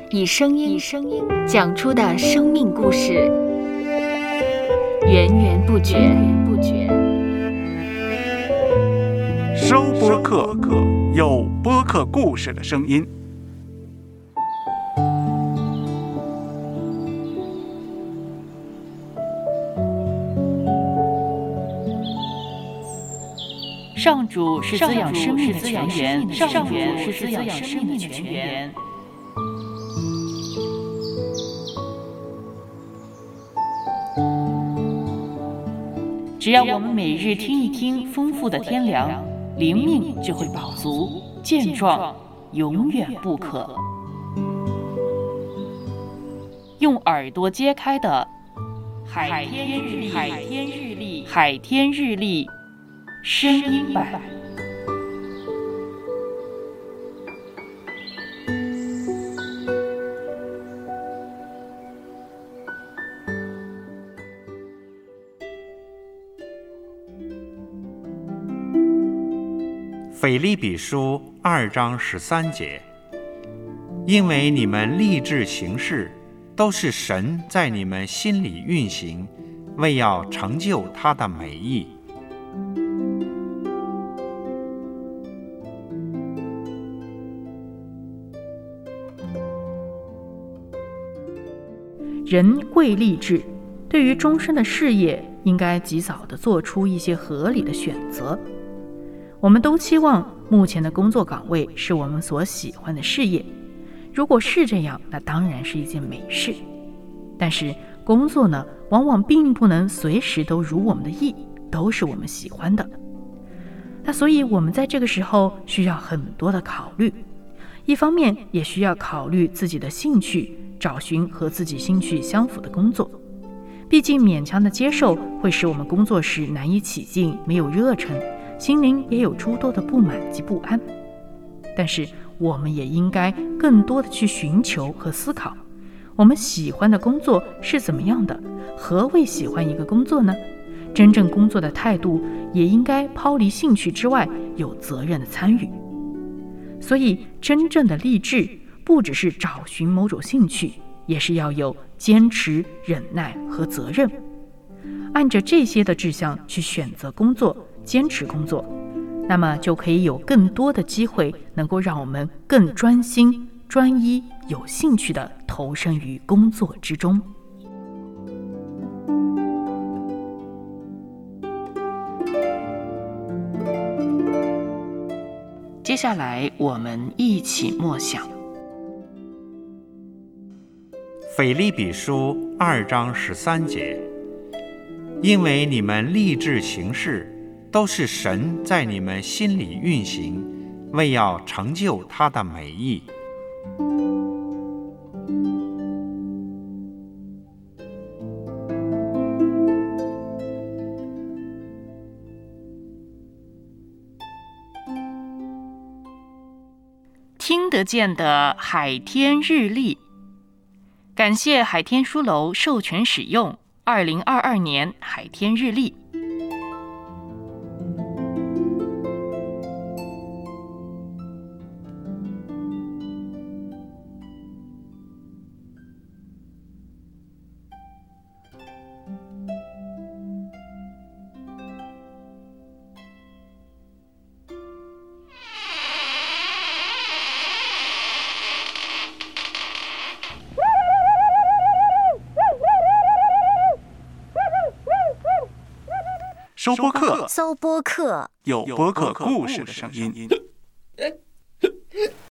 以声音讲出的生命故事，源源不绝。 收播客，有播客故事的声音。 上主是滋养生命的泉源，上主是滋养生命的泉源。只要我们每日听一听丰富的天粮，灵命就会饱足健壮，永远不渴。用耳朵揭开的海天日历声音版。 腓立比书2章13节，因为你们立志行事，都是神在你们心里运行，为要成就他的美意。 人贵立志，对于终身的事业，应该及早地做出一些合理的选择。我们都期望目前的工作岗位是我们所喜欢的事业，如果是这样，那当然是一件美事。但是工作呢，往往并不能随时都如我们的意，都是我们喜欢的。那所以我们在这个时候需要很多的考虑，一方面也需要考虑自己的兴趣，找寻和自己兴趣相符的工作。毕竟勉强的接受会使我们工作时难以起劲，没有热忱，心灵也有诸多的不满及不安。但是我们也应该更多的去寻求和思考，我们喜欢的工作是怎么样的？何谓喜欢一个工作呢？真正工作的态度也应该抛离兴趣之外，有责任的参与。所以真正的立志不只是找寻某种兴趣，也是要有坚持、忍耐和责任。按着这些的志向去选择工作，坚持工作，那么就可以有更多的机会能够让我们更专心、专一、有兴趣地投身于工作之中。接下来我们一起默想腓立比书2章13节，因为你们立志行事，都是神在你们心里运行，为要成就他的美意。 听得见的海天日历，感谢海天书楼授权使用2022年海天日历。 收播客，有播客故事的声音。